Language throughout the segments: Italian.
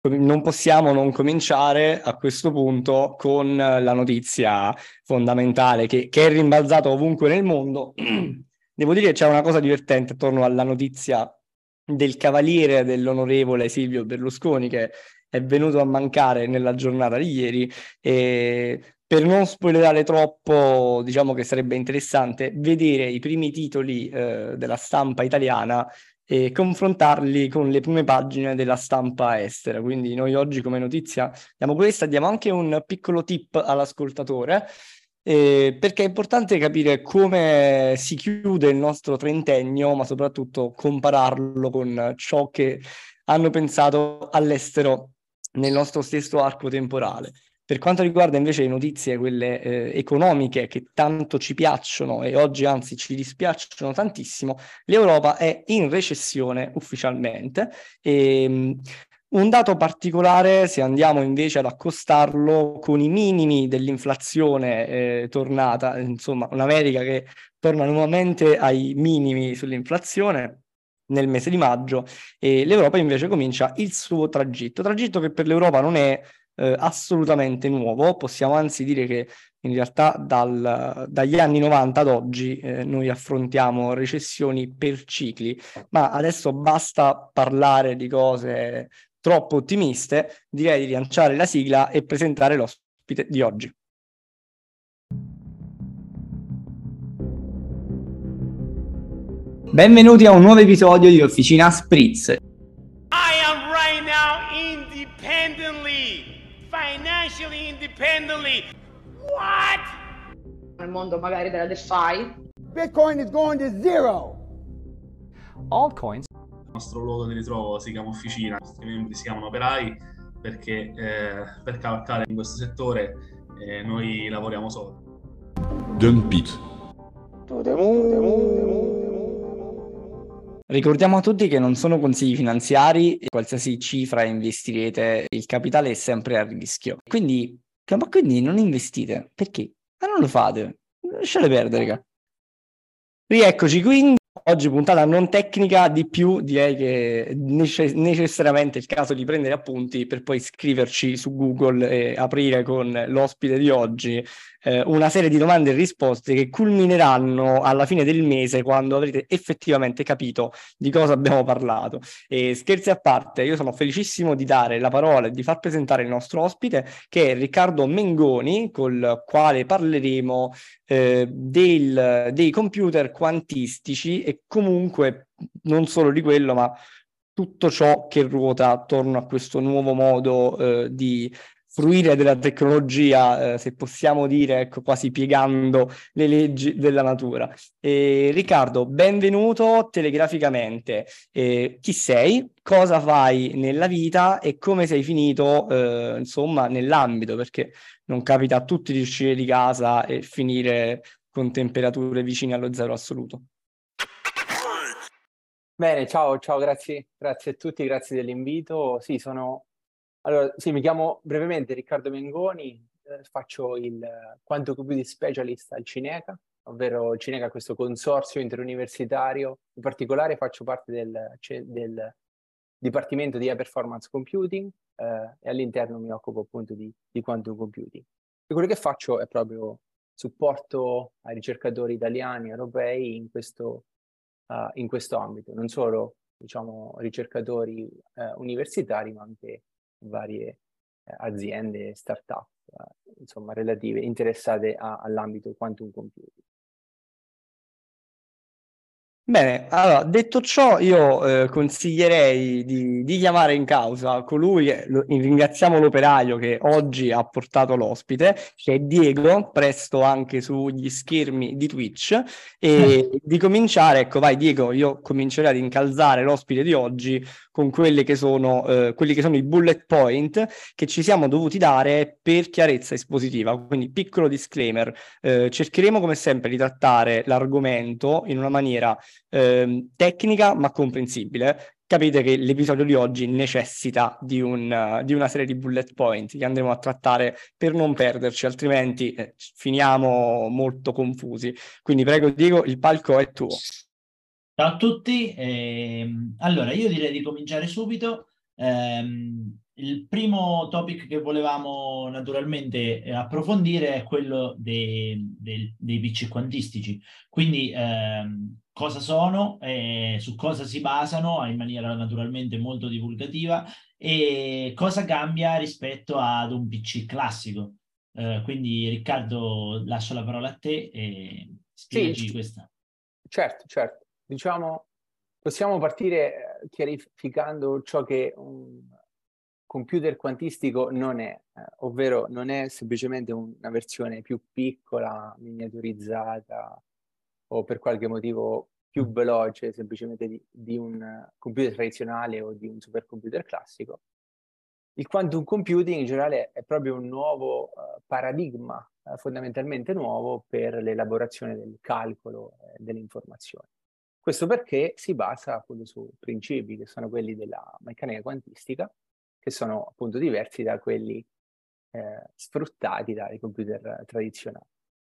non possiamo non cominciare a questo punto con la notizia fondamentale che è rimbalzata ovunque nel mondo. Devo dire che c'è una cosa divertente attorno alla notizia del cavaliere dell'onorevole Silvio Berlusconi che è venuto a mancare nella giornata di ieri. E per non spoilerare troppo, diciamo che sarebbe interessante vedere i primi titoli della stampa italiana e confrontarli con le prime pagine della stampa estera. Quindi noi oggi come notizia diamo questa, diamo anche un piccolo tip all'ascoltatore, perché è importante capire come si chiude il nostro trentennio, ma soprattutto compararlo con ciò che hanno pensato all'estero nel nostro stesso arco temporale. Per quanto riguarda invece le notizie, quelle economiche che tanto ci piacciono e oggi anzi ci dispiacciono tantissimo, l'Europa è in recessione ufficialmente. E, un dato particolare, se andiamo invece ad accostarlo con i minimi dell'inflazione tornata, insomma, un'America che torna nuovamente ai minimi sull'inflazione nel mese di maggio, e l'Europa invece comincia il suo tragitto che per l'Europa non è assolutamente nuovo. Possiamo anzi dire che in realtà dagli anni 90 ad oggi noi affrontiamo recessioni per cicli, ma adesso basta parlare di cose troppo ottimiste. Direi di lanciare la sigla e presentare l'ospite di oggi. Benvenuti a un nuovo episodio di Officina Spritz. I am right now financially independently. What? Nel mondo magari della DeFi. Bitcoin is going to zero. Altcoins. Il nostro luogo di ritrovo si chiama Officina, i nostri membri si chiamano operai perché per cavalcare in questo settore noi lavoriamo solo. Dump it. Ricordiamo a tutti che non sono consigli finanziari e qualsiasi cifra investirete, il capitale è sempre a rischio. Quindi non investite. Perché? Ma non lo fate. Lasciate perdere, raga. Rieccoci quindi. Oggi puntata non tecnica, di più direi che necessariamente è il caso di prendere appunti per poi scriverci su Google e aprire con l'ospite di oggi una serie di domande e risposte che culmineranno alla fine del mese, quando avrete effettivamente capito di cosa abbiamo parlato. E scherzi a parte, io sono felicissimo di dare la parola e di far presentare il nostro ospite, che è Riccardo Mengoni, col quale parleremo dei computer quantistici e comunque non solo di quello, ma tutto ciò che ruota attorno a questo nuovo modo di fruire della tecnologia, se possiamo dire, ecco, quasi piegando le leggi della natura. Riccardo, benvenuto telegraficamente. Chi sei? Cosa fai nella vita e come sei finito, insomma, nell'ambito? Perché non capita a tutti di uscire di casa e finire con temperature vicine allo zero assoluto. Bene, ciao, grazie a tutti, grazie dell'invito. Allora, mi chiamo brevemente Riccardo Mengoni, faccio il Quantum Computing Specialist al Cineca, ovvero il Cineca è questo consorzio interuniversitario. In particolare faccio parte del Dipartimento di High Performance Computing e all'interno mi occupo appunto di Quantum Computing. E quello che faccio è proprio supporto ai ricercatori italiani e europei in questo ambito, non solo diciamo ricercatori universitari, ma anche varie aziende, start-up, insomma, relative, interessate all'ambito quantum computing. Bene, allora, detto ciò, io consiglierei di chiamare in causa colui che ringraziamo l'operaio che oggi ha portato l'ospite, che è Diego, presto anche sugli schermi di Twitch, e di cominciare, ecco, vai Diego, io comincerei ad incalzare l'ospite di oggi con quelli che sono i bullet point che ci siamo dovuti dare per chiarezza espositiva. Quindi piccolo disclaimer, cercheremo come sempre di trattare l'argomento in una maniera tecnica ma comprensibile. Capite che l'episodio di oggi necessita di una serie di bullet point che andremo a trattare per non perderci, altrimenti finiamo molto confusi. Quindi prego Diego, il palco è tuo. Ciao a tutti, allora io direi di cominciare subito. il primo topic che volevamo naturalmente approfondire è quello dei PC quantistici. Quindi cosa sono, su cosa si basano in maniera naturalmente molto divulgativa e cosa cambia rispetto ad un PC classico. Quindi Riccardo, lascio la parola a te e spiegaci questa. Certo. Diciamo, possiamo partire chiarificando ciò che un computer quantistico non è, ovvero non è semplicemente una versione più piccola, miniaturizzata o per qualche motivo più veloce semplicemente di un computer tradizionale o di un supercomputer classico. Il quantum computing in generale è proprio un nuovo paradigma, fondamentalmente nuovo per l'elaborazione del calcolo dell'informazione. Questo perché si basa appunto su principi che sono quelli della meccanica quantistica, che sono appunto diversi da quelli sfruttati dai computer tradizionali.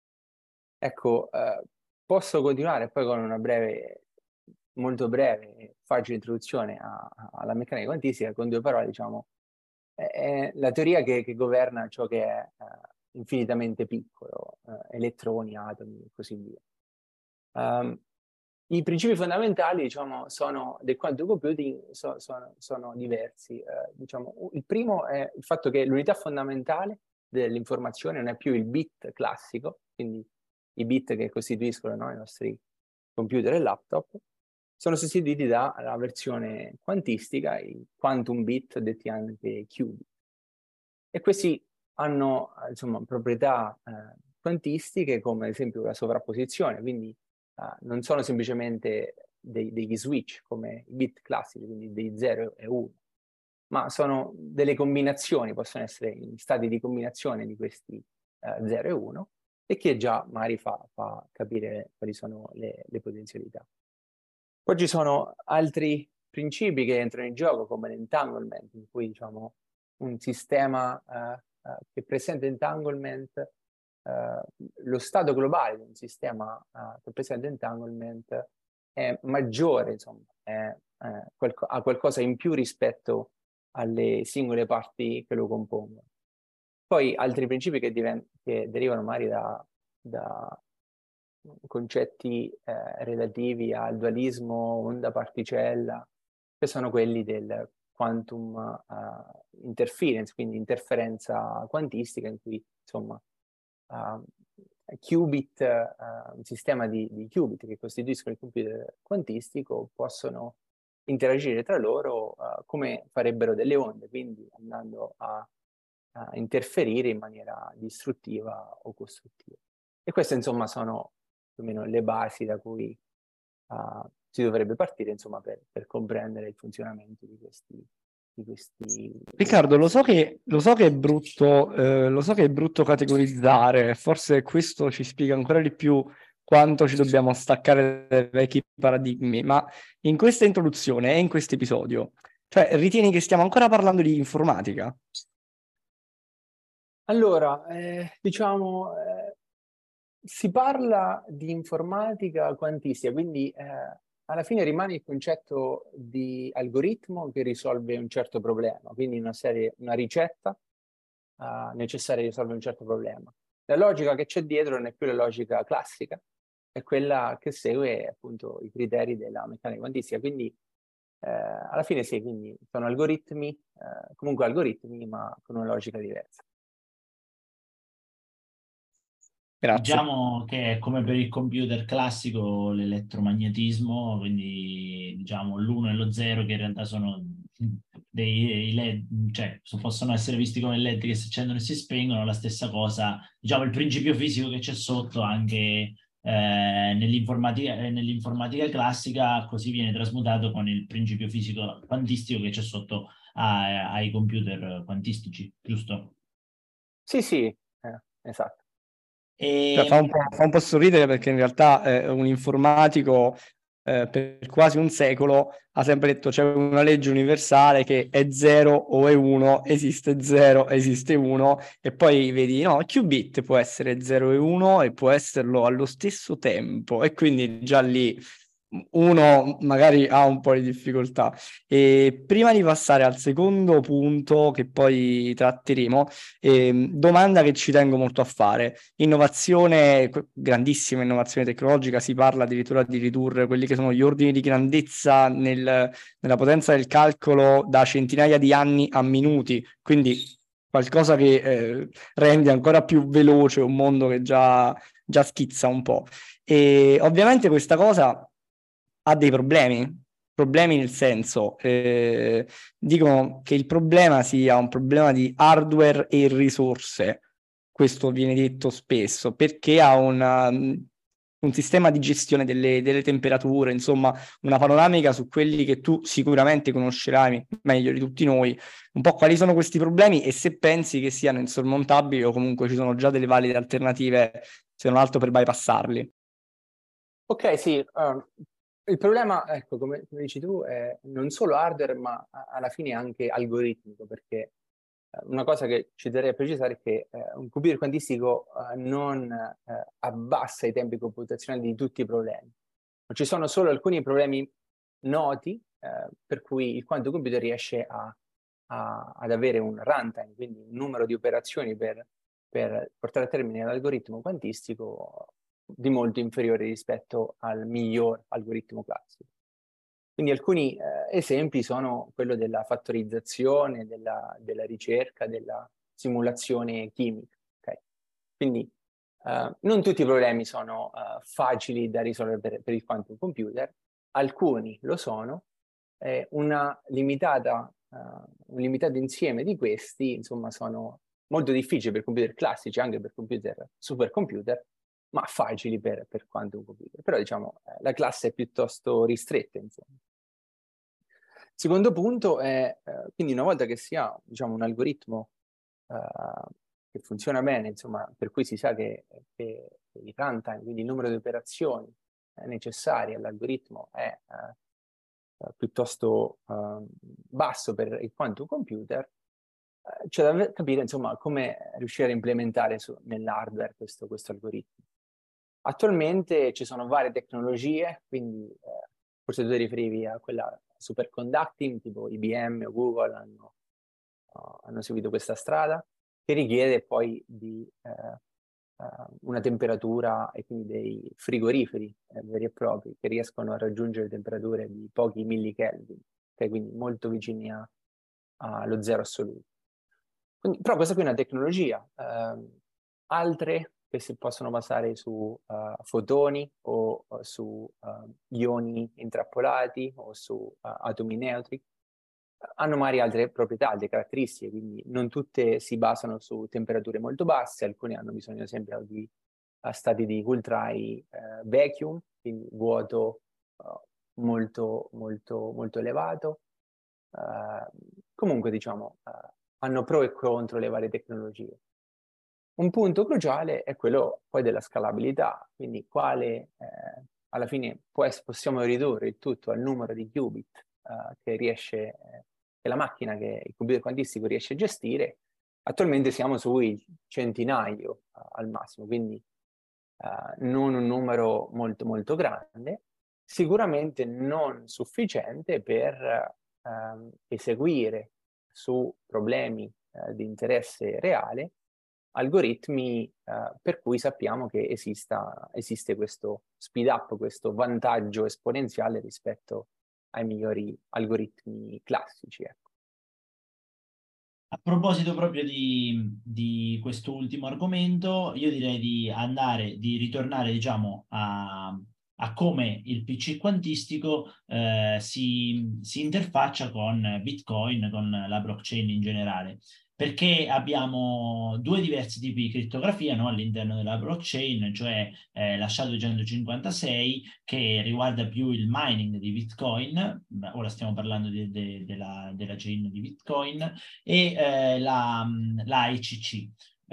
Ecco, posso continuare poi con una molto breve e facile introduzione alla meccanica quantistica con due parole, diciamo. È la teoria che governa ciò che è infinitamente piccolo, elettroni, atomi e così via. I principi fondamentali, diciamo, del quantum computing sono diversi. Diciamo, il primo è il fatto che l'unità fondamentale dell'informazione non è più il bit classico, quindi i bit che costituiscono, no, i nostri computer e laptop, sono sostituiti dalla versione quantistica, i quantum bit, detti anche qubit. E questi hanno, insomma, proprietà quantistiche come ad esempio la sovrapposizione, quindi non sono semplicemente degli switch come i bit classici, quindi dei 0 e 1, ma sono delle combinazioni, possono essere in stati di combinazione di questi 0 e 1, e che già magari fa capire quali sono le potenzialità. Poi ci sono altri principi che entrano in gioco, come l'entanglement, in cui, diciamo, un sistema che presenta entanglement, lo stato globale di un sistema che presenta entanglement è maggiore, insomma, ha qualcosa in più rispetto alle singole parti che lo compongono. Poi altri principi che derivano magari da concetti relativi al dualismo onda-particella, che sono quelli del quantum interference, quindi interferenza quantistica, in cui, insomma, qubit, un sistema di qubit che costituiscono il computer quantistico, possono interagire tra loro come farebbero delle onde, quindi andando a interferire in maniera distruttiva o costruttiva. E queste, insomma, sono più o meno le basi da cui si dovrebbe partire, insomma, per comprendere il funzionamento di questi. Riccardo, lo so che è brutto categorizzare, forse questo ci spiega ancora di più quanto ci dobbiamo staccare dai vecchi paradigmi, ma in questa introduzione e in questo episodio, cioè, ritieni che stiamo ancora parlando di informatica? Allora, diciamo, si parla di informatica quantistica, quindi alla fine rimane il concetto di algoritmo che risolve un certo problema, quindi una ricetta necessaria a risolvere un certo problema. La logica che c'è dietro non è più la logica classica, è quella che segue appunto i criteri della meccanica quantistica, quindi alla fine sì, quindi sono algoritmi, comunque algoritmi, ma con una logica diversa. Grazie. Diciamo che è come per il computer classico l'elettromagnetismo, quindi diciamo l'1 e lo 0 che in realtà sono dei LED, cioè possono essere visti come LED che si accendono e si spengono, la stessa cosa, diciamo il principio fisico che c'è sotto anche nell'informatica classica, così viene trasmutato con il principio fisico quantistico che c'è sotto ai computer quantistici, giusto? Sì, esatto. Cioè, fa un po' sorridere perché in realtà un informatico per quasi un secolo ha sempre detto c'è una legge universale che è 0 o è 1, esiste 0, esiste 1, e poi vedi, no, qubit può essere 0 e 1 e può esserlo allo stesso tempo, e quindi già lì uno magari ha un po' di difficoltà. E prima di passare al secondo punto che poi tratteremo, domanda che ci tengo molto a fare. Innovazione, grandissima innovazione tecnologica, si parla addirittura di ridurre quelli che sono gli ordini di grandezza nella potenza del calcolo da centinaia di anni a minuti, quindi qualcosa che rende ancora più veloce un mondo che già schizza un po'. E ovviamente questa cosa ha dei problemi nel senso, dicono che il problema sia un problema di hardware e risorse, questo viene detto spesso, perché ha un sistema di gestione delle temperature, insomma una panoramica su quelli che tu sicuramente conoscerai meglio di tutti noi, un po' quali sono questi problemi e se pensi che siano insormontabili o comunque ci sono già delle valide alternative, se non altro per bypassarli. Ok, sì, il problema, ecco, come dici tu, è non solo hardware, ma alla fine anche algoritmico, perché una cosa che ci terrei a precisare è che un computer quantistico non abbassa i tempi computazionali di tutti i problemi. Ci sono solo alcuni problemi noti per cui il quantum computer riesce ad avere un runtime, quindi un numero di operazioni per portare a termine l'algoritmo quantistico di molto inferiore rispetto al miglior algoritmo classico. Quindi alcuni esempi sono quello della fattorizzazione, della ricerca, della simulazione chimica. Okay? Quindi non tutti i problemi sono facili da risolvere per il quantum computer, alcuni lo sono, un limitato insieme di questi, insomma, sono molto difficili per computer classici, anche per computer supercomputer, ma facili per quantum computer. Però diciamo la classe è piuttosto ristretta, insomma. Secondo punto è, quindi una volta che si ha, diciamo, un algoritmo che funziona bene, insomma, per cui si sa che il runtime, quindi il numero di operazioni necessarie all'algoritmo è piuttosto basso per il quantum computer, c'è da capire, insomma, come riuscire a implementare nell'hardware questo algoritmo. Attualmente ci sono varie tecnologie, quindi forse tu ti riferivi a quella superconducting, tipo IBM o Google hanno seguito questa strada, che richiede poi di una temperatura e quindi dei frigoriferi veri e propri che riescono a raggiungere temperature di pochi millikelvin, okay? Quindi molto vicini allo zero assoluto. Quindi, però questa qui è una tecnologia. Altre che si possono basare su fotoni o su ioni intrappolati o su atomi neutri, hanno magari altre proprietà, altre caratteristiche, quindi non tutte si basano su temperature molto basse, alcune hanno bisogno ad esempio di stati di ultra-high vacuum, quindi vuoto molto, molto, molto elevato. Comunque diciamo hanno pro e contro le varie tecnologie. Un punto cruciale è quello poi della scalabilità, quindi quale alla fine possiamo ridurre il tutto al numero di qubit che la macchina, che il computer quantistico riesce a gestire. Attualmente siamo sui centinaio al massimo, quindi non un numero molto molto grande, sicuramente non sufficiente per eseguire su problemi di interesse reale algoritmi per cui sappiamo che esiste questo speed up, questo vantaggio esponenziale rispetto ai migliori algoritmi classici. Ecco. A proposito proprio di questo ultimo argomento, io direi di ritornare, diciamo, a come il PC quantistico si interfaccia con Bitcoin, con la blockchain in generale. Perché abbiamo due diversi tipi di crittografia, no, all'interno della blockchain, cioè la SHA-256 che riguarda più il mining di Bitcoin, ora stiamo parlando della chain di Bitcoin, e la ECC.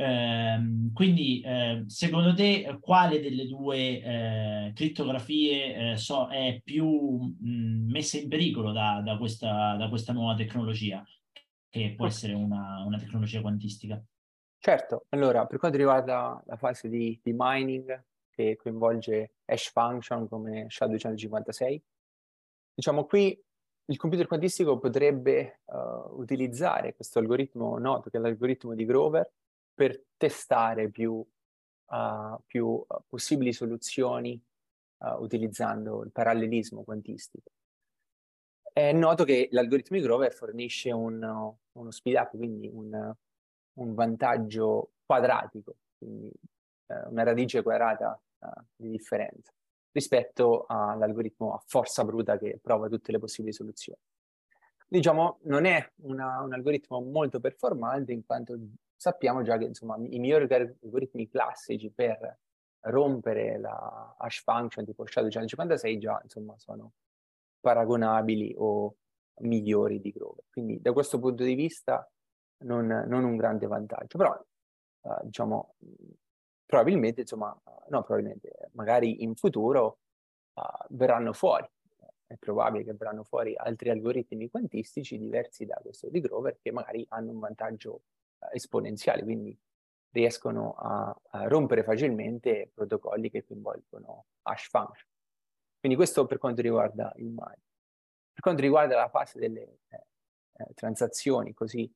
Quindi secondo te quale delle due crittografie è più messa in pericolo da questa nuova tecnologia, che può essere una tecnologia quantistica? Certo, allora per quanto riguarda la fase di mining, che coinvolge hash function come SHA-256. Diciamo qui il computer quantistico potrebbe utilizzare questo algoritmo noto, che è l'algoritmo di Grover, per testare più possibili soluzioni utilizzando il parallelismo quantistico. È noto che l'algoritmo di Grover fornisce uno speed up, quindi un vantaggio quadratico, quindi una radice quadrata di differenza rispetto all'algoritmo a forza bruta che prova tutte le possibili soluzioni. Diciamo, non è un algoritmo molto performante, in quanto sappiamo già che insomma, i migliori algoritmi classici per rompere la hash function tipo SHA-256 già insomma, sono paragonabili o migliori di Grover. Quindi da questo punto di vista non un grande vantaggio, però diciamo probabilmente, insomma, no, probabilmente, magari in futuro verranno fuori. È probabile che verranno fuori altri algoritmi quantistici diversi da questo di Grover che magari hanno un vantaggio esponenziale, quindi riescono a rompere facilmente protocolli che coinvolgono hash function. Quindi questo per quanto riguarda il mine. Per quanto riguarda la fase delle transazioni, così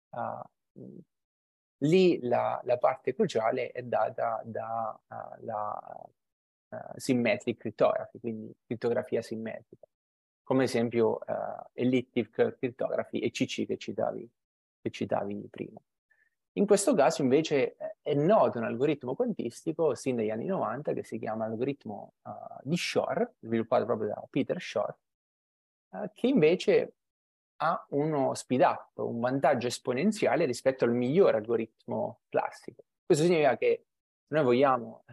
lì la parte cruciale è data dalla symmetric cryptography, quindi crittografia simmetrica, come esempio elliptic cryptography ECC che citavi prima. In questo caso invece è noto un algoritmo quantistico sin dagli anni 90 che si chiama algoritmo di Shor, sviluppato proprio da Peter Shor, che invece ha uno speed up, un vantaggio esponenziale rispetto al miglior algoritmo classico. Questo significa che se noi vogliamo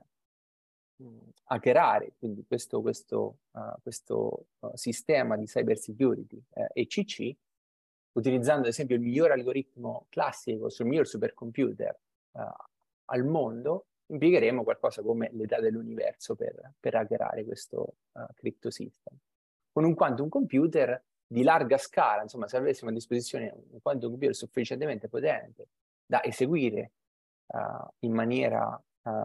hackerare quindi questo sistema di cyber security ECC, utilizzando ad esempio il miglior algoritmo classico sul miglior supercomputer al mondo, impiegheremo qualcosa come l'età dell'universo per hackerare questo cryptosystem. Con un quantum computer di larga scala, insomma, se avessimo a disposizione un quantum computer sufficientemente potente da eseguire in maniera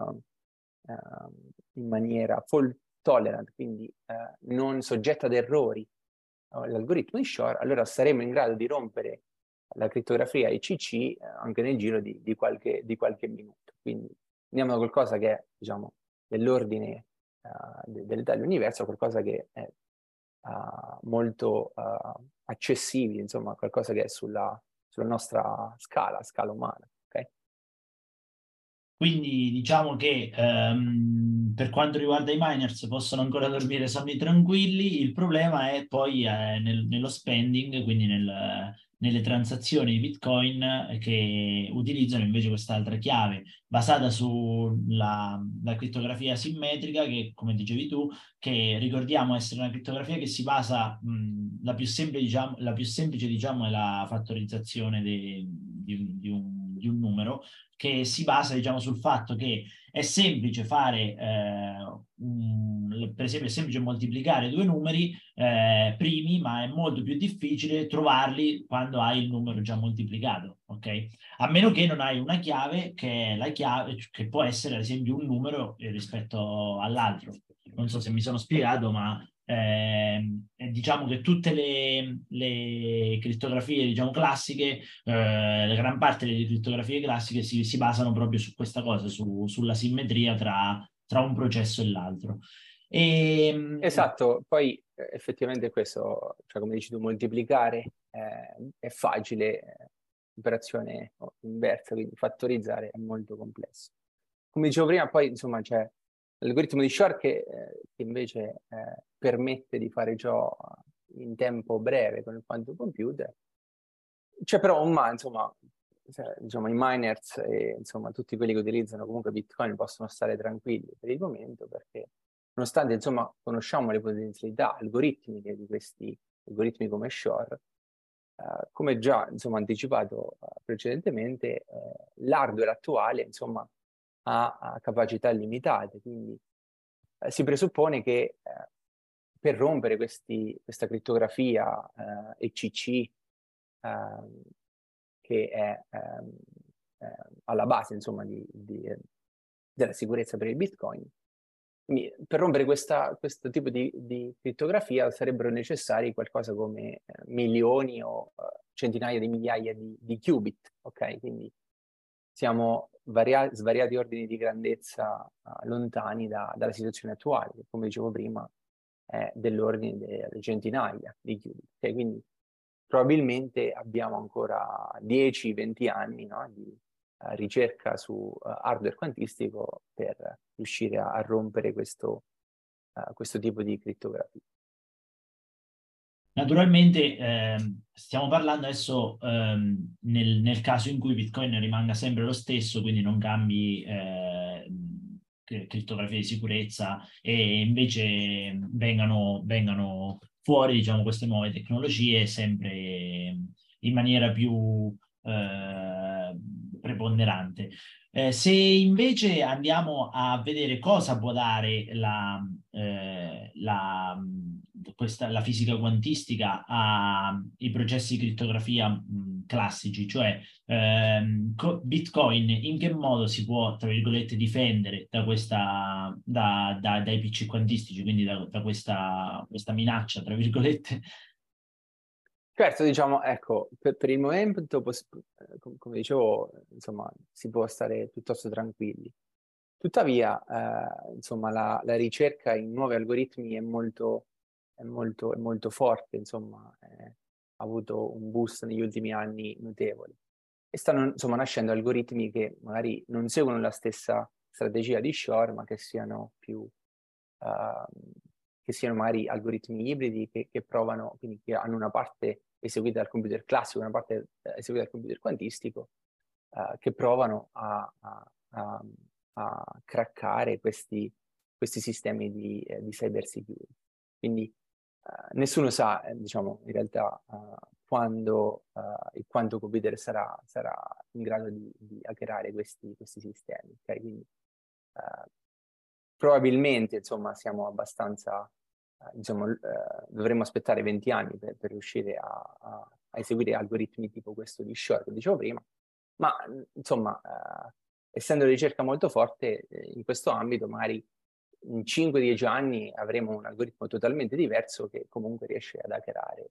fault tolerant, quindi non soggetta ad errori, l'algoritmo di Shor, allora saremo in grado di rompere la crittografia ECC anche nel giro di qualche minuto. Quindi andiamo da qualcosa che è, diciamo, dell'ordine dell'età dell'universo a qualcosa che è molto accessibile, insomma, qualcosa che è sulla nostra scala umana. Okay? Quindi diciamo che per quanto riguarda i miners possono ancora dormire sonni tranquilli, il problema è poi nello spending, quindi nelle transazioni di Bitcoin che utilizzano invece quest'altra chiave basata sulla crittografia simmetrica che, come dicevi tu, che ricordiamo essere una crittografia che si basa, la più semplice diciamo è la fattorizzazione di un numero, che si basa diciamo sul fatto che è semplice fare per esempio è semplice moltiplicare due numeri primi, ma è molto più difficile trovarli quando hai il numero già moltiplicato, ok? A meno che non hai una chiave che è la chiave che può essere ad esempio un numero rispetto all'altro. Non so se mi sono spiegato, ma diciamo che tutte le crittografie diciamo classiche, la gran parte delle crittografie classiche si basano proprio su questa cosa, sulla simmetria tra un processo e l'altro. Esatto, poi effettivamente questo, cioè come dici tu, moltiplicare è facile, operazione inversa, quindi fattorizzare è molto complesso. Come dicevo prima, poi insomma c'è l'algoritmo di Shor che invece permette di fare ciò in tempo breve con il quantum computer. C'è però un ma, insomma, diciamo, i miners e insomma tutti quelli che utilizzano comunque Bitcoin possono stare tranquilli per il momento, perché nonostante insomma conosciamo le potenzialità algoritmiche di questi algoritmi come Shor, come già insomma anticipato precedentemente, l'hardware attuale insomma ha capacità limitate, quindi si presuppone che per rompere questa crittografia ECC che è alla base insomma della sicurezza per il Bitcoin. Quindi, per rompere questo tipo di crittografia sarebbero necessari qualcosa come milioni o centinaia di migliaia di qubit, ok? Quindi siamo svariati ordini di grandezza lontani dalla situazione attuale, che come dicevo prima è dell'ordine delle centinaia di qubit. Okay? Quindi probabilmente abbiamo ancora 10-20 anni, no, di ricerca su hardware quantistico per riuscire a rompere questo tipo di crittografia. Naturalmente stiamo parlando adesso nel caso in cui Bitcoin rimanga sempre lo stesso, quindi non cambi crittografia di sicurezza e invece vengano fuori, diciamo, queste nuove tecnologie sempre in maniera più preponderante. Se invece andiamo a vedere cosa può dare la fisica quantistica ai processi di crittografia classici, cioè Bitcoin in che modo si può, tra virgolette, difendere dai PC quantistici, quindi da questa minaccia, tra virgolette? Certo, diciamo, ecco, per il momento, come dicevo, insomma, si può stare piuttosto tranquilli. Tuttavia, insomma, la ricerca in nuovi algoritmi è molto forte, insomma, ha avuto un boost negli ultimi anni notevole. E stanno, insomma, nascendo algoritmi che magari non seguono la stessa strategia di Shor, ma che siano magari algoritmi ibridi che provano, quindi che hanno una parte eseguita dal computer classico, una parte eseguita dal computer quantistico, che provano a craccare questi sistemi di cyber security. Quindi nessuno sa, diciamo, in realtà quando il quantum computer sarà in grado di hackerare questi sistemi. Okay? Quindi probabilmente, insomma, siamo abbastanza, dovremmo aspettare 20 anni per riuscire a eseguire algoritmi tipo questo di Shor che dicevo prima, ma insomma, essendo la ricerca molto forte in questo ambito, magari in 5-10 anni avremo un algoritmo totalmente diverso che comunque riesce ad hackerare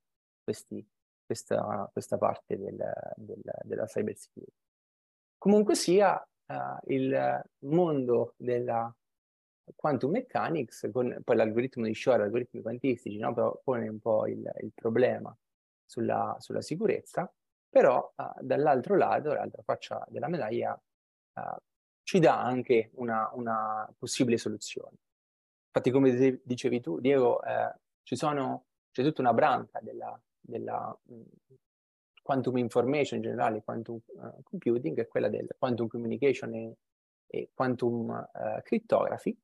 questa parte della cyber security. Comunque sia, il mondo della quantum mechanics, con poi l'algoritmo di Shor, algoritmi quantistici, no? Però pone un po' il problema sulla sicurezza, però dall'altro lato, l'altra faccia della medaglia, ci dà anche una possibile soluzione. Infatti, come dicevi tu, Diego, c'è tutta una branca della quantum information in generale, quantum computing, è quella del quantum communication e quantum cryptography,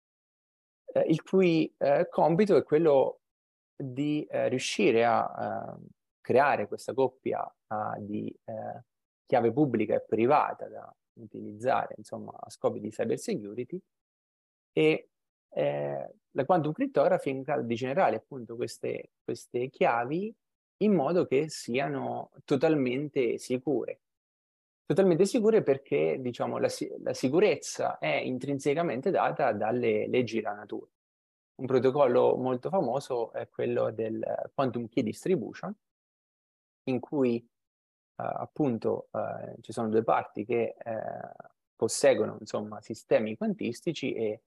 il cui compito è quello di riuscire a creare questa coppia di chiave pubblica e privata da utilizzare, insomma, a scopi di cyber security, e la quantum cryptography è in grado di generare appunto queste chiavi in modo che siano totalmente sicure. Totalmente sicure perché, diciamo, la sicurezza è intrinsecamente data dalle leggi della natura. Un protocollo molto famoso è quello del quantum key distribution, in cui appunto ci sono due parti che posseggono, insomma, sistemi quantistici e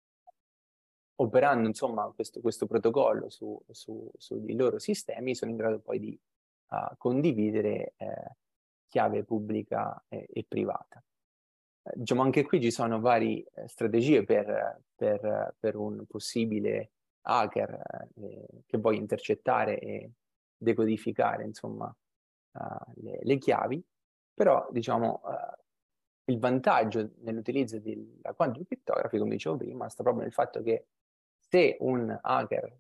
operando, insomma, questo protocollo sui loro sistemi sono in grado poi di condividere chiave pubblica e privata. Diciamo, anche qui ci sono varie strategie per un possibile hacker che voglia intercettare e decodificare, insomma, le chiavi, però, diciamo, il vantaggio nell'utilizzo della quantum cryptography, come dicevo prima, sta proprio nel fatto che se un hacker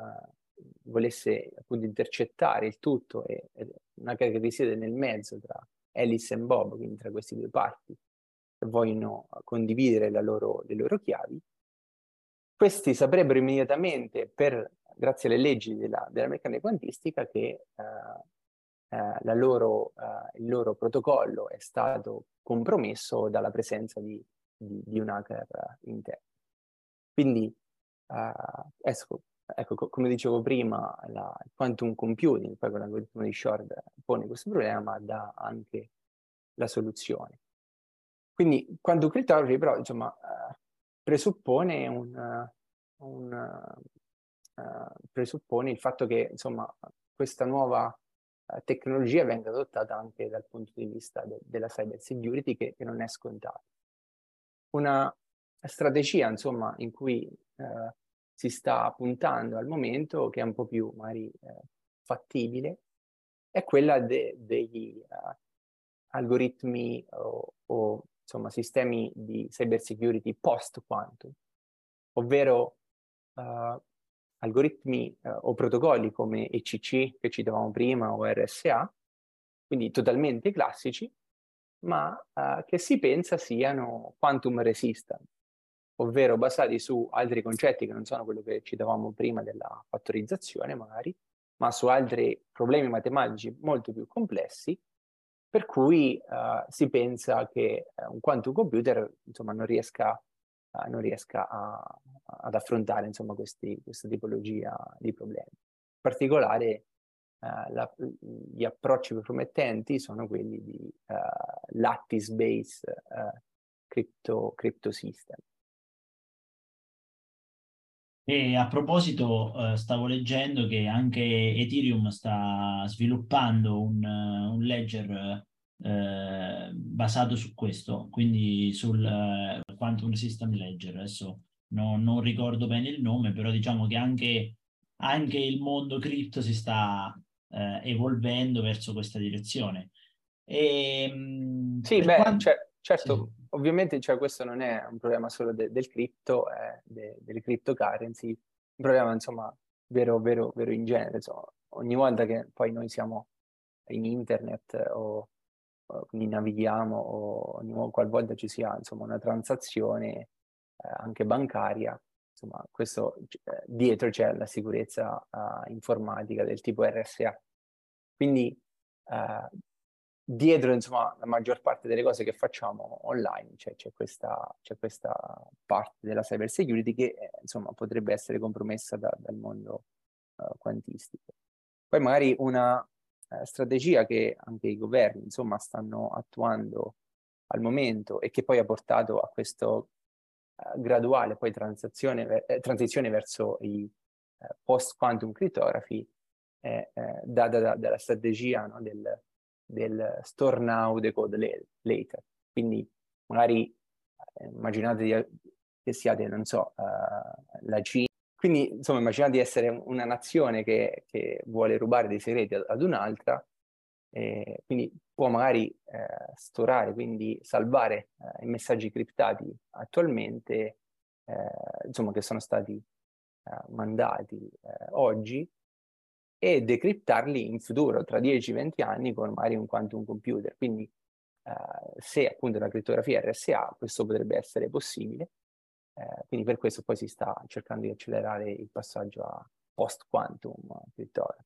volesse appunto intercettare il tutto, e un hacker che risiede nel mezzo tra Alice e Bob, quindi tra queste due parti che vogliono condividere le loro chiavi, questi saprebbero immediatamente, grazie alle leggi della meccanica quantistica, che il loro protocollo è stato compromesso dalla presenza di di un hacker interno. Quindi, ecco, come dicevo prima, il quantum computing, poi con l'algoritmo di Shor pone questo problema, ma dà anche la soluzione. Quindi quantum cryptography però, insomma, presuppone presuppone il fatto che, insomma, questa nuova tecnologia venga adottata anche dal punto di vista della cyber security, che non è scontato. Una strategia, insomma, in cui si sta puntando al momento, che è un po' più magari fattibile, è quella degli algoritmi o insomma sistemi di cyber security post-quantum, ovvero algoritmi o protocolli come ECC che citavamo prima o RSA, quindi totalmente classici, ma che si pensa siano quantum resistant, ovvero basati su altri concetti che non sono quello che citavamo prima della fattorizzazione magari, ma su altri problemi matematici molto più complessi, per cui si pensa che un quantum computer, insomma, non riesca ad affrontare, insomma, questa tipologia di problemi. In particolare gli approcci più promettenti sono quelli di lattice-based crypto system. E a proposito, stavo leggendo che anche Ethereum sta sviluppando un ledger basato su questo, quindi sul Quantum System Ledger. Adesso non ricordo bene il nome, però diciamo che anche il mondo cripto si sta evolvendo verso questa direzione. Sì, certo, sì. Ovviamente questo non è un problema solo del cripto, delle cryptocurrency, un problema, insomma, vero in genere. Insomma, ogni volta che poi noi siamo in internet o quindi navighiamo, o qualvolta ci sia, insomma, una transazione anche bancaria, insomma, questo dietro c'è la sicurezza informatica del tipo RSA. Quindi dietro, insomma, la maggior parte delle cose che facciamo online c'è questa parte della cyber security che insomma potrebbe essere compromessa dal mondo quantistico. Poi magari una strategia che anche i governi, insomma, stanno attuando al momento e che poi ha portato a questo graduale poi transizione verso i post-quantum cryptography dalla strategia, no, del store now, decode later. Quindi magari immaginate che siate, non so, la Cina. Quindi, insomma, immaginate di essere una nazione che vuole rubare dei segreti ad un'altra, quindi può magari storare, quindi salvare i messaggi criptati attualmente, insomma, che sono stati mandati oggi, e decriptarli in futuro, tra 10-20 anni, con magari un quantum computer. Quindi se appunto la crittografia RSA, questo potrebbe essere possibile. Quindi per questo poi si sta cercando di accelerare il passaggio a post-quantum cryptography.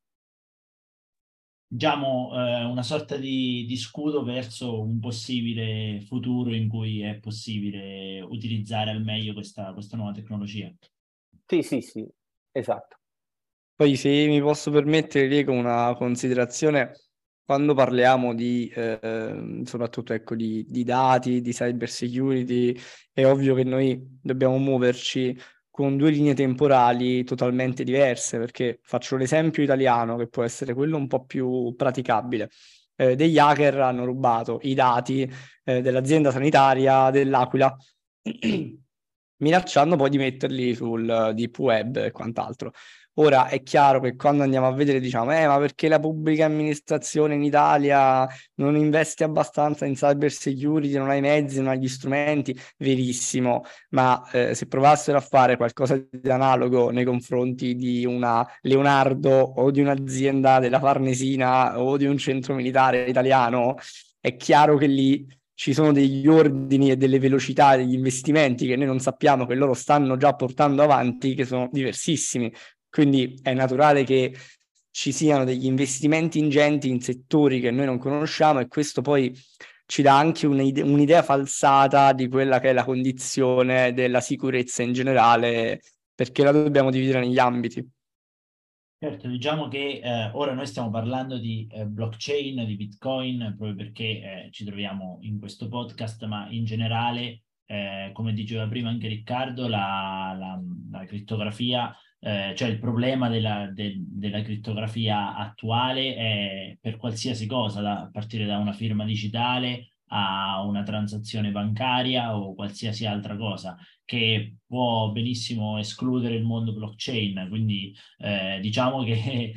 Diciamo una sorta di scudo verso un possibile futuro in cui è possibile utilizzare al meglio questa nuova tecnologia. Sì, esatto. Poi, se mi posso permettere, Diego, una considerazione: quando parliamo soprattutto, ecco, di dati, di cyber security, è ovvio che noi dobbiamo muoverci con due linee temporali totalmente diverse, perché faccio l'esempio italiano, che può essere quello un po' più praticabile. Degli hacker hanno rubato i dati dell'azienda sanitaria dell'Aquila, minacciando poi di metterli sul deep web e quant'altro. Ora è chiaro che quando andiamo a vedere diciamo ma perché la pubblica amministrazione in Italia non investe abbastanza in cyber security, non ha i mezzi, non ha gli strumenti? Verissimo, ma se provassero a fare qualcosa di analogo nei confronti di una Leonardo o di un'azienda della Farnesina o di un centro militare italiano, è chiaro che lì ci sono degli ordini e delle velocità degli investimenti che noi non sappiamo, che loro stanno già portando avanti, che sono diversissimi. Quindi è naturale che ci siano degli investimenti ingenti in settori che noi non conosciamo, e questo poi ci dà anche un'idea falsata di quella che è la condizione della sicurezza in generale, perché la dobbiamo dividere negli ambiti. Certo, diciamo che ora noi stiamo parlando di blockchain, di Bitcoin, proprio perché ci troviamo in questo podcast, ma in generale, come diceva prima anche Riccardo, la crittografia, cioè il problema della crittografia attuale è per qualsiasi cosa, a partire da una firma digitale a una transazione bancaria o qualsiasi altra cosa, che può benissimo escludere il mondo blockchain. Quindi diciamo che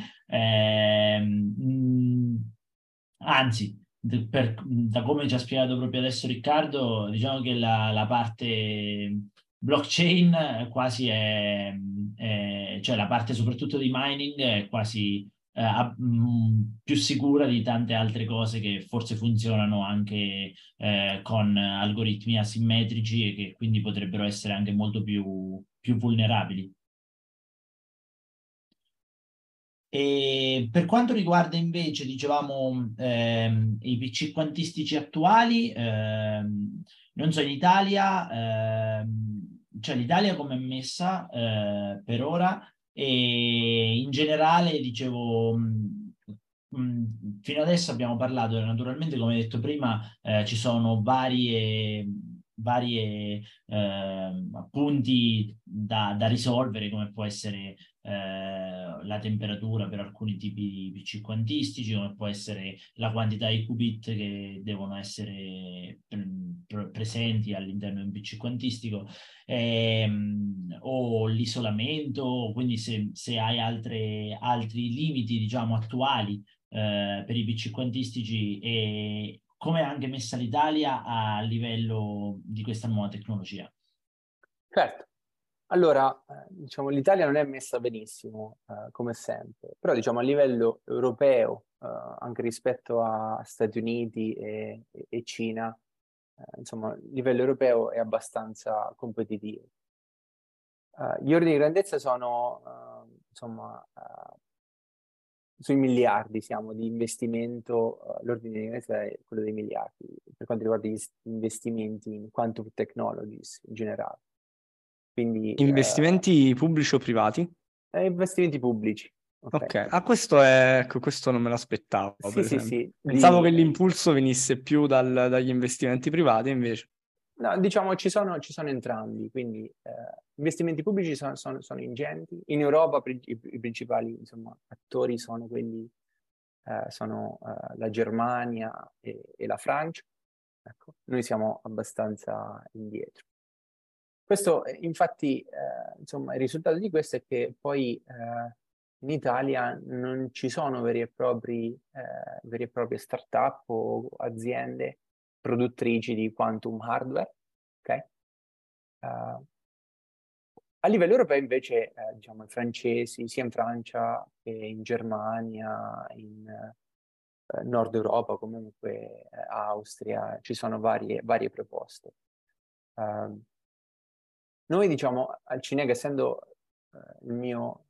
anzi, da come ci ha spiegato proprio adesso Riccardo, diciamo che la parte blockchain quasi cioè la parte soprattutto di mining è quasi più sicura di tante altre cose che forse funzionano anche con algoritmi asimmetrici e che quindi potrebbero essere anche molto più vulnerabili. E per quanto riguarda invece, dicevamo, i PC quantistici attuali, non so, in Italia, cioè l'Italia come è messa per ora, e in generale, dicevo, fino adesso abbiamo parlato, naturalmente, come detto prima, ci sono varie punti da risolvere, come può essere la temperatura per alcuni tipi di PC quantistici, come può essere la quantità di qubit che devono essere presenti all'interno di un PC quantistico, o l'isolamento, quindi se hai altri limiti, diciamo, attuali per i PC quantistici, e come è anche messa l'Italia a livello di questa nuova tecnologia? Certo. Allora, diciamo, l'Italia non è messa benissimo, come sempre, però diciamo a livello europeo, anche rispetto a Stati Uniti e Cina, insomma, il livello europeo è abbastanza competitivo. Gli ordini di grandezza sono, insomma, sui miliardi, siamo di investimento, l'ordine di grandezza è quello dei miliardi, per quanto riguarda gli investimenti in quantum technologies in generale. Quindi, Investimenti pubblici o privati? investimenti pubblici. Ok, questo non me l'aspettavo, Sì, per sì, esempio. sì. Pensavo che l'impulso venisse più dagli investimenti privati, invece. No, diciamo ci sono entrambi, quindi investimenti pubblici sono ingenti. In Europa i principali, insomma, attori sono quelli, sono la Germania e la Francia. Ecco, noi siamo abbastanza indietro. Questo, infatti, insomma, il risultato di questo è che poi in Italia non ci sono veri e proprie start-up o aziende produttrici di quantum hardware, ok? A livello europeo invece, diciamo, i francesi, sia in Francia che in Germania, in Nord Europa, comunque Austria, ci sono varie proposte. Noi, diciamo, al Cinega, essendo il mio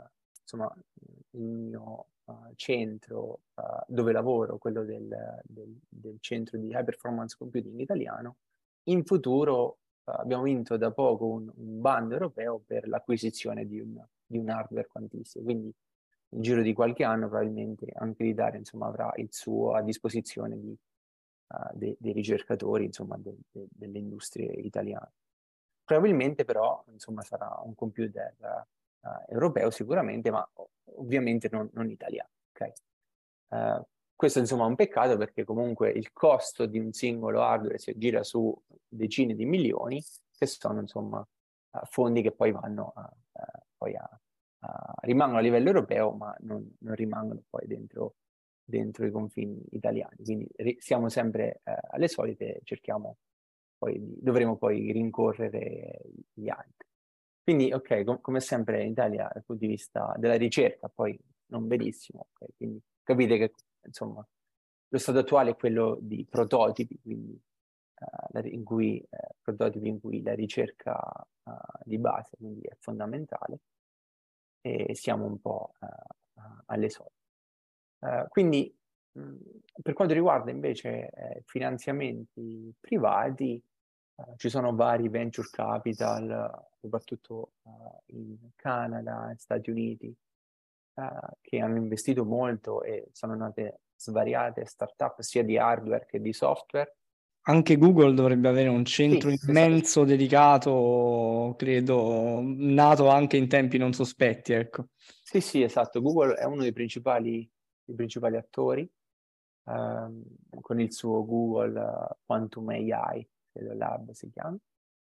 centro dove lavoro, quello del centro di high performance computing italiano, in futuro abbiamo vinto da poco un bando europeo per l'acquisizione di un hardware quantistico, quindi nel giro di qualche anno probabilmente anche l'Italia, insomma, avrà il suo a disposizione dei ricercatori, insomma, delle industrie italiane. Probabilmente però, insomma, sarà un computer europeo sicuramente, ma ovviamente non italiano. Okay? Questo, insomma, è un peccato, perché comunque il costo di un singolo hardware si aggira su decine di milioni, che sono, insomma, fondi che poi vanno rimangono a livello europeo, ma non rimangono poi dentro i confini italiani. Quindi siamo sempre alle solite, dovremo poi rincorrere gli altri. Quindi, ok, come sempre in Italia, dal punto di vista della ricerca, poi non benissimo, okay? Quindi capite che, insomma, lo stato attuale è quello di prototipi, quindi prototipi in cui la ricerca di base quindi è fondamentale, e siamo un po' alle solite. Quindi Per quanto riguarda invece finanziamenti privati, ci sono vari venture capital, soprattutto in Canada e Stati Uniti, che hanno investito molto e sono nate svariate startup sia di hardware che di software. Anche Google dovrebbe avere un centro Sì, immenso dedicato, credo, nato anche in tempi non sospetti, ecco. Sì, esatto. Google è uno dei principali attori, con il suo Google Quantum AI, credo Lab si chiama.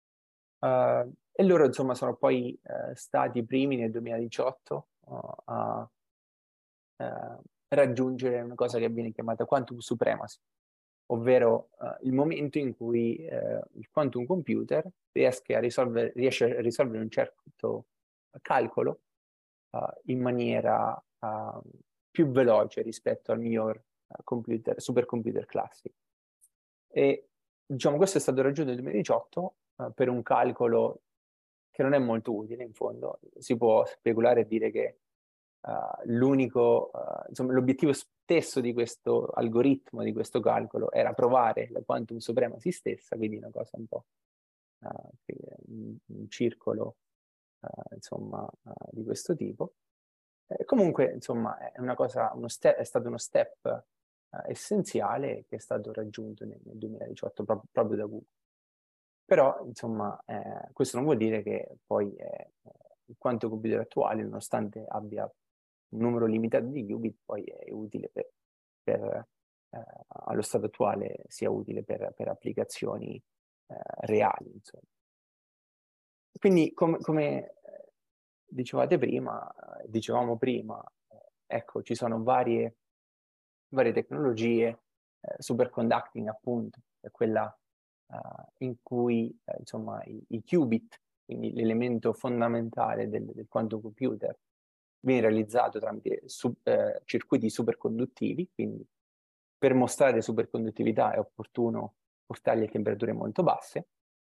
E loro, insomma, sono poi stati i primi nel 2018 a raggiungere una cosa che viene chiamata quantum supremacy, ovvero il momento in cui il quantum computer riesce a risolvere un certo calcolo in maniera più veloce rispetto al miglior supercomputer classico. E diciamo questo è stato raggiunto nel 2018 per un calcolo che non è molto utile in fondo. Si può speculare e dire che l'obiettivo stesso di questo algoritmo, di questo calcolo, era provare la quantum supremacy stessa, quindi una cosa un po' un circolo di questo tipo. Comunque, insomma, è una cosa, è stato uno step essenziale che è stato raggiunto nel 2018 proprio da Google. Però, insomma, questo non vuol dire che poi il quantum computer attuale, nonostante abbia un numero limitato di qubit, poi è utile allo stato attuale sia utile per applicazioni reali, insomma. Quindi, come dicevamo prima, ecco, ci sono varie tecnologie, superconducting appunto, è quella in cui insomma i qubit, quindi l'elemento fondamentale del quantum computer, viene realizzato tramite circuiti superconduttivi, quindi per mostrare superconduttività è opportuno portarli a temperature molto basse.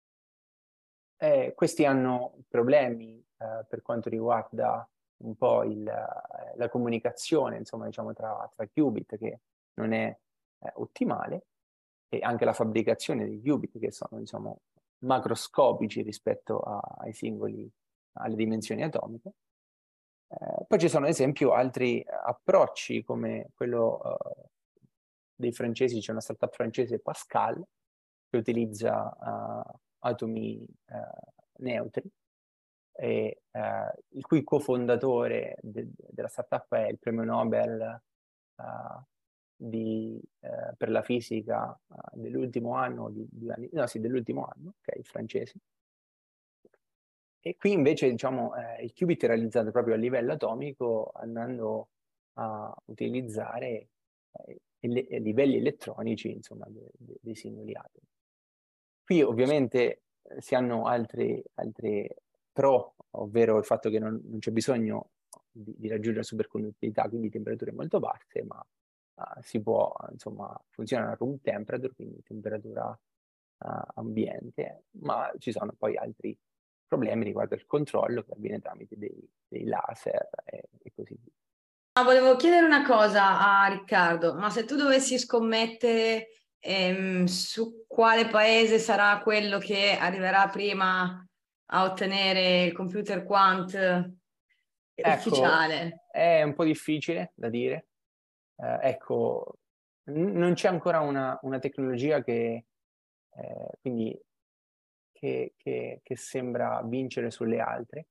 Questi hanno problemi per quanto riguarda un po' la comunicazione, insomma, diciamo, tra qubit, che non è ottimale, e anche la fabbricazione dei qubit, che sono, diciamo, macroscopici rispetto alle dimensioni atomiche. Poi ci sono, ad esempio, altri approcci come quello dei francesi. C'è una startup francese, Pascal, che utilizza atomi neutri, e il cui cofondatore della startup è il premio Nobel per la fisica dell'ultimo anno, dell'ultimo anno, ok, francese. E qui invece, diciamo, il qubit è realizzato proprio a livello atomico, andando a utilizzare livelli elettronici, insomma, dei singoli atomi. Qui ovviamente si hanno altri pro, ovvero il fatto che non c'è bisogno di raggiungere superconduttività, quindi temperature molto basse, ma si può, insomma, funziona a room temperature, quindi temperatura ambiente, ma ci sono poi altri problemi riguardo il controllo che avviene tramite dei laser e così via. Volevo chiedere una cosa a Riccardo, ma se tu dovessi scommettere su quale paese sarà quello che arriverà prima a ottenere il computer quant ufficiale? È un po' difficile da dire. Ecco, non c'è ancora una tecnologia che sembra vincere sulle altre.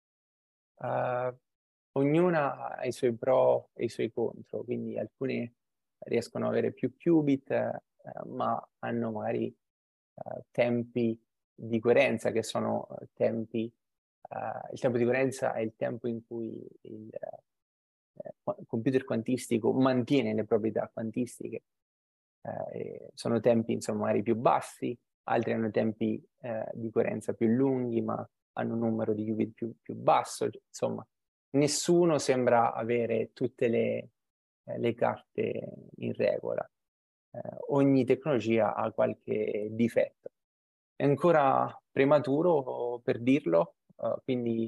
Ognuna ha i suoi pro e i suoi contro, quindi alcune riescono ad avere più qubit, ma hanno magari tempi di coerenza che sono il tempo di coerenza è il tempo in cui il computer quantistico mantiene le proprietà quantistiche. Sono tempi, insomma, magari più bassi, altri hanno tempi di coerenza più lunghi, ma hanno un numero di qubit più basso. Insomma, nessuno sembra avere tutte le carte in regola. Ogni tecnologia ha qualche difetto. È ancora prematuro per dirlo, quindi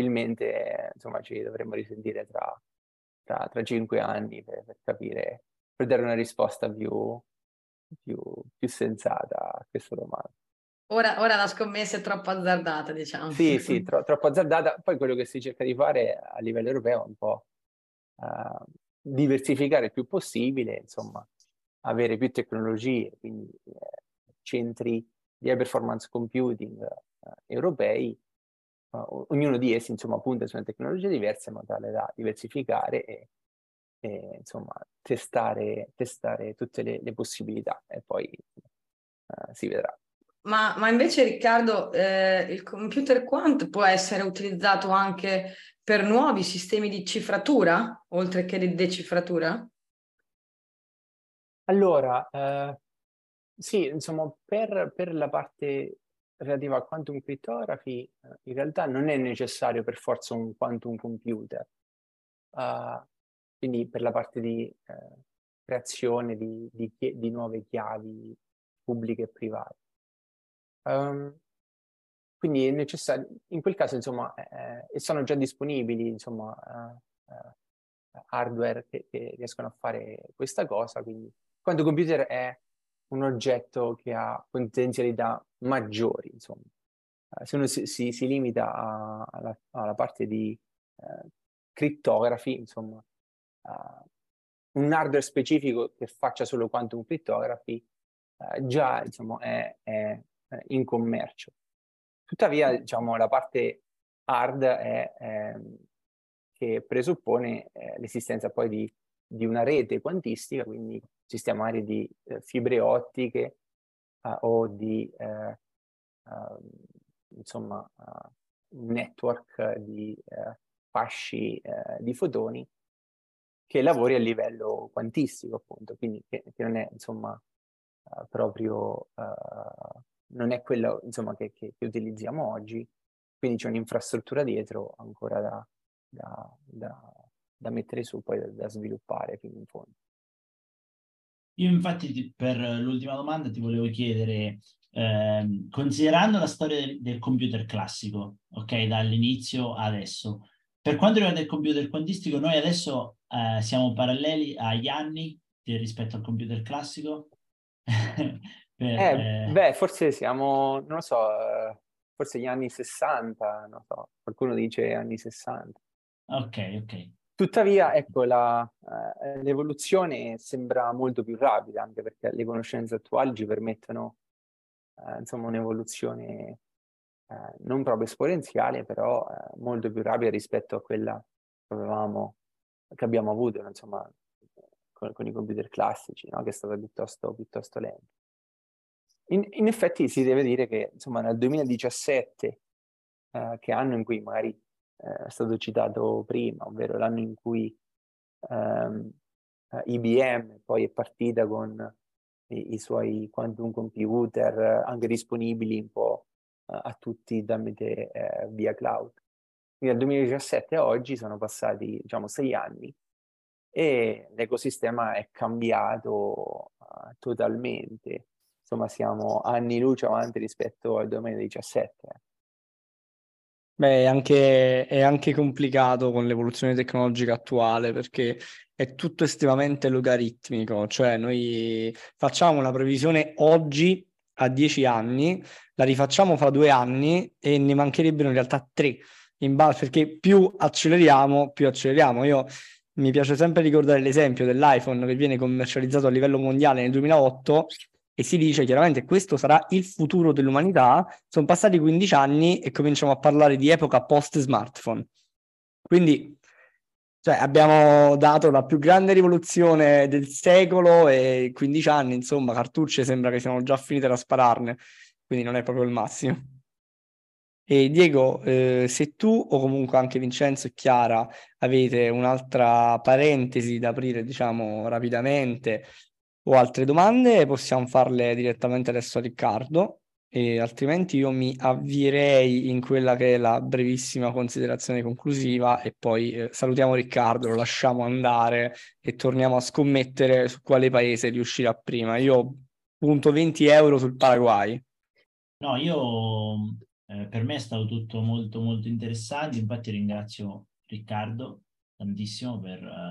probabilmente, insomma, ci dovremmo risentire tra 5 anni per capire dare una risposta più sensata a questa domanda. Ora la scommessa è troppo azzardata, diciamo. Sì, troppo azzardata. Poi quello che si cerca di fare a livello europeo è un po' diversificare il più possibile, insomma, avere più tecnologie, quindi centri di high performance computing europei, ognuno di essi, insomma, punta su una tecnologia diversa in modo tale da diversificare e insomma, testare tutte le possibilità e poi si vedrà. Ma invece, Riccardo, il computer quant può essere utilizzato anche per nuovi sistemi di cifratura, oltre che di decifratura? Allora, sì, insomma, per la parte relativa a quantum cryptography, in realtà non è necessario per forza un quantum computer. Quindi per la parte di creazione di nuove chiavi pubbliche e private. Quindi è necessario, in quel caso, insomma, e sono già disponibili, insomma, hardware che riescono a fare questa cosa, quindi il quantum computer è un oggetto che ha potenzialità maggiori, insomma. Se uno si limita alla parte di cryptography, insomma, un hardware specifico che faccia solo quantum cryptography già, insomma, è in commercio. Tuttavia, diciamo, la parte hard è che presuppone l'esistenza poi di una rete quantistica, quindi sistemi magari di fibre ottiche o di insomma un network di fasci di fotoni che lavori a livello quantistico, appunto, quindi che non è, insomma, proprio non è quello, insomma, che utilizziamo oggi, quindi c'è un'infrastruttura dietro ancora da mettere su, poi da sviluppare fino in fondo. Io infatti per l'ultima domanda ti volevo chiedere, considerando la storia del computer classico, ok, dall'inizio adesso, per quanto riguarda il computer quantistico, noi adesso siamo paralleli agli anni rispetto al computer classico? Beh, forse siamo, non lo so, forse gli anni 60, non so, qualcuno dice anni 60. Ok. Tuttavia, ecco, l'evoluzione sembra molto più rapida, anche perché le conoscenze attuali ci permettono, insomma, un'evoluzione non proprio esponenziale, però molto più rapida rispetto a quella che abbiamo avuto, insomma, con i computer classici, no? Che è stata piuttosto lenta. In effetti si deve dire che, insomma, nel 2017, che anno in cui magari è stato citato prima, ovvero l'anno in cui IBM poi è partita con i suoi quantum computer, anche disponibili un po' a tutti tramite via cloud. Quindi dal 2017 a oggi sono passati, diciamo, 6 anni e l'ecosistema è cambiato totalmente. Insomma, siamo anni luce avanti rispetto al 2017. Beh, è anche complicato con l'evoluzione tecnologica attuale perché è tutto estremamente logaritmico, cioè noi facciamo una previsione oggi a 10 anni, la rifacciamo fra 2 anni e ne mancherebbero in realtà 3, perché più acceleriamo. Mi piace sempre ricordare l'esempio dell'iPhone che viene commercializzato a livello mondiale nel 2008 e si dice chiaramente questo sarà il futuro dell'umanità. Sono passati 15 anni e cominciamo a parlare di epoca post-smartphone. Quindi, cioè, abbiamo dato la più grande rivoluzione del secolo e 15 anni, insomma, cartucce sembra che siano già finite da spararne, quindi non è proprio il massimo. E Diego, se tu o comunque anche Vincenzo e Chiara avete un'altra parentesi da aprire, diciamo, rapidamente o altre domande, possiamo farle direttamente adesso a Riccardo, e altrimenti io mi avvierei in quella che è la brevissima considerazione conclusiva e poi salutiamo Riccardo, lo lasciamo andare e torniamo a scommettere su quale paese riuscirà prima. Io punto 20 euro sul Paraguay. No, io per me è stato tutto molto molto interessante, infatti ringrazio Riccardo tantissimo per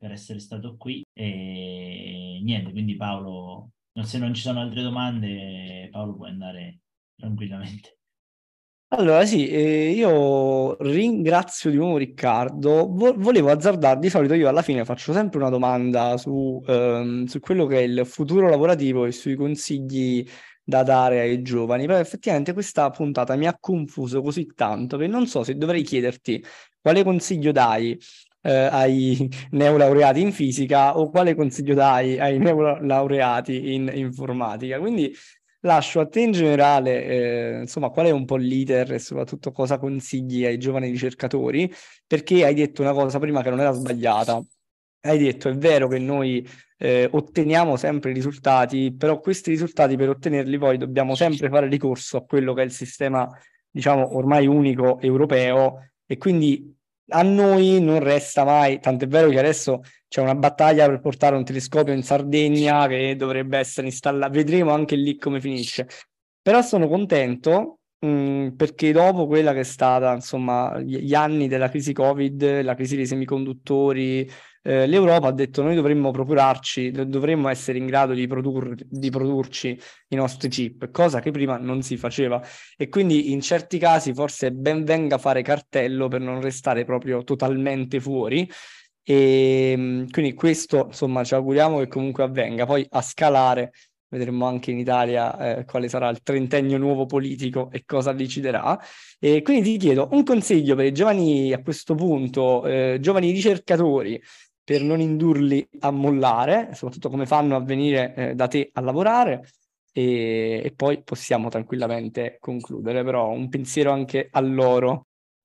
per essere stato qui. E niente, quindi Paolo, se non ci sono altre domande, Paolo può andare tranquillamente. Allora sì, io ringrazio di nuovo Riccardo. Volevo azzardare, di solito io alla fine faccio sempre una domanda su quello che è il futuro lavorativo e sui consigli da dare ai giovani, però effettivamente questa puntata mi ha confuso così tanto che non so se dovrei chiederti quale consiglio dai ai neolaureati in fisica o quale consiglio dai ai neolaureati in informatica. Quindi lascio a te in generale, insomma, qual è un po' l'iter e soprattutto cosa consigli ai giovani ricercatori, perché hai detto una cosa prima che non era sbagliata. Hai detto, è vero che noi otteniamo sempre i risultati, però questi risultati per ottenerli poi dobbiamo sempre fare ricorso a quello che è il sistema, diciamo, ormai unico europeo e quindi a noi non resta mai, tant'è vero che adesso c'è una battaglia per portare un telescopio in Sardegna che dovrebbe essere installato, vedremo anche lì come finisce. Però sono contento perché dopo quella che è stata, insomma, gli anni della crisi Covid, la crisi dei semiconduttori, l'Europa ha detto noi dovremmo dovremmo essere in grado di produrci i nostri chip, cosa che prima non si faceva. E quindi in certi casi forse ben venga fare cartello per non restare proprio totalmente fuori. E quindi questo, insomma, ci auguriamo che comunque avvenga. Poi a scalare vedremo anche in Italia quale sarà il trentennio nuovo politico e cosa deciderà. E quindi ti chiedo un consiglio per i giovani a questo punto, giovani ricercatori, per non indurli a mollare, soprattutto come fanno a venire da te a lavorare. E poi possiamo tranquillamente concludere, però un pensiero anche a loro.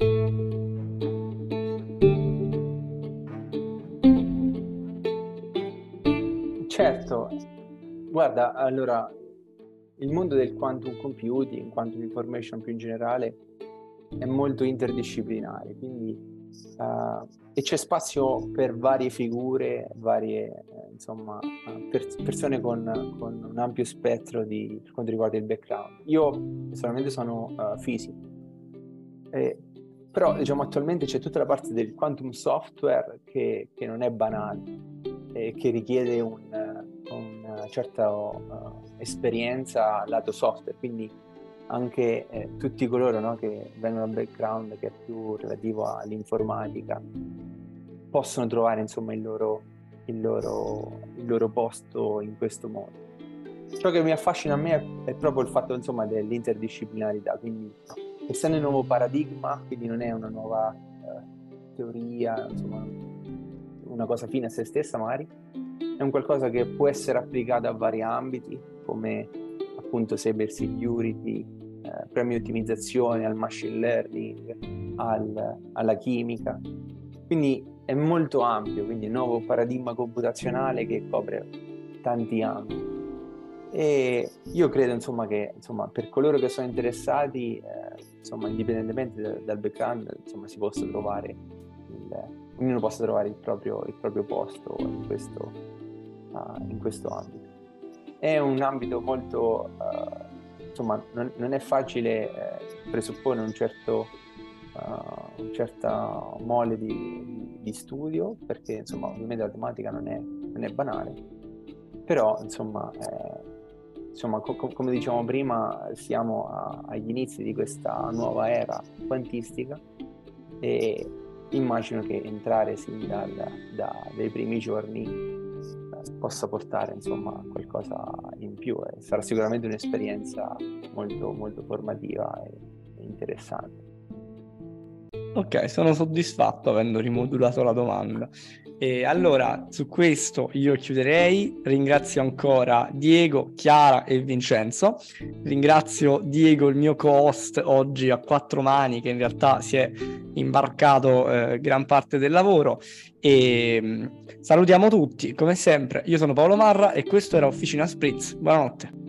Certo, guarda, allora, il mondo del quantum computing, quantum information più in generale, è molto interdisciplinare, quindi e c'è spazio per varie figure, insomma, persone con un ampio spettro per quanto riguarda il background. Io personalmente sono fisico, però diciamo attualmente c'è tutta la parte del quantum software che non è banale e che richiede una certa esperienza lato software, quindi anche tutti coloro, no, che vengono da un background che è più relativo all'informatica possono trovare insomma il loro posto in questo mondo. Ciò che mi affascina a me è proprio il fatto insomma dell'interdisciplinarità, quindi essendo un nuovo paradigma, quindi non è una nuova teoria, insomma una cosa fine a se stessa magari, è un qualcosa che può essere applicato a vari ambiti come appunto cyber security, premi ottimizzazione, al machine learning, alla chimica. Quindi è molto ampio, quindi è un nuovo paradigma computazionale che copre tanti ambiti. E io credo insomma che insomma, per coloro che sono interessati, insomma, indipendentemente dal background, insomma, si possa trovare ognuno possa trovare il proprio posto in questo ambito. È un ambito molto, insomma, non è facile, presuppone un certo mole di studio, perché insomma ovviamente la tematica non è banale, però insomma, come dicevamo prima, siamo agli inizi di questa nuova era quantistica e immagino che entrare sin dai primi giorni possa portare insomma qualcosa in più e sarà sicuramente un'esperienza molto, molto formativa e interessante. Ok, sono soddisfatto avendo rimodulato la domanda. E allora, su questo io chiuderei. Ringrazio ancora Diego, Chiara e Vincenzo. Ringrazio Diego, il mio co-host oggi a quattro mani, che in realtà si è imbarcato gran parte del lavoro. E salutiamo tutti, come sempre. Io sono Paolo Marra e questo era Officina Spritz. Buonanotte.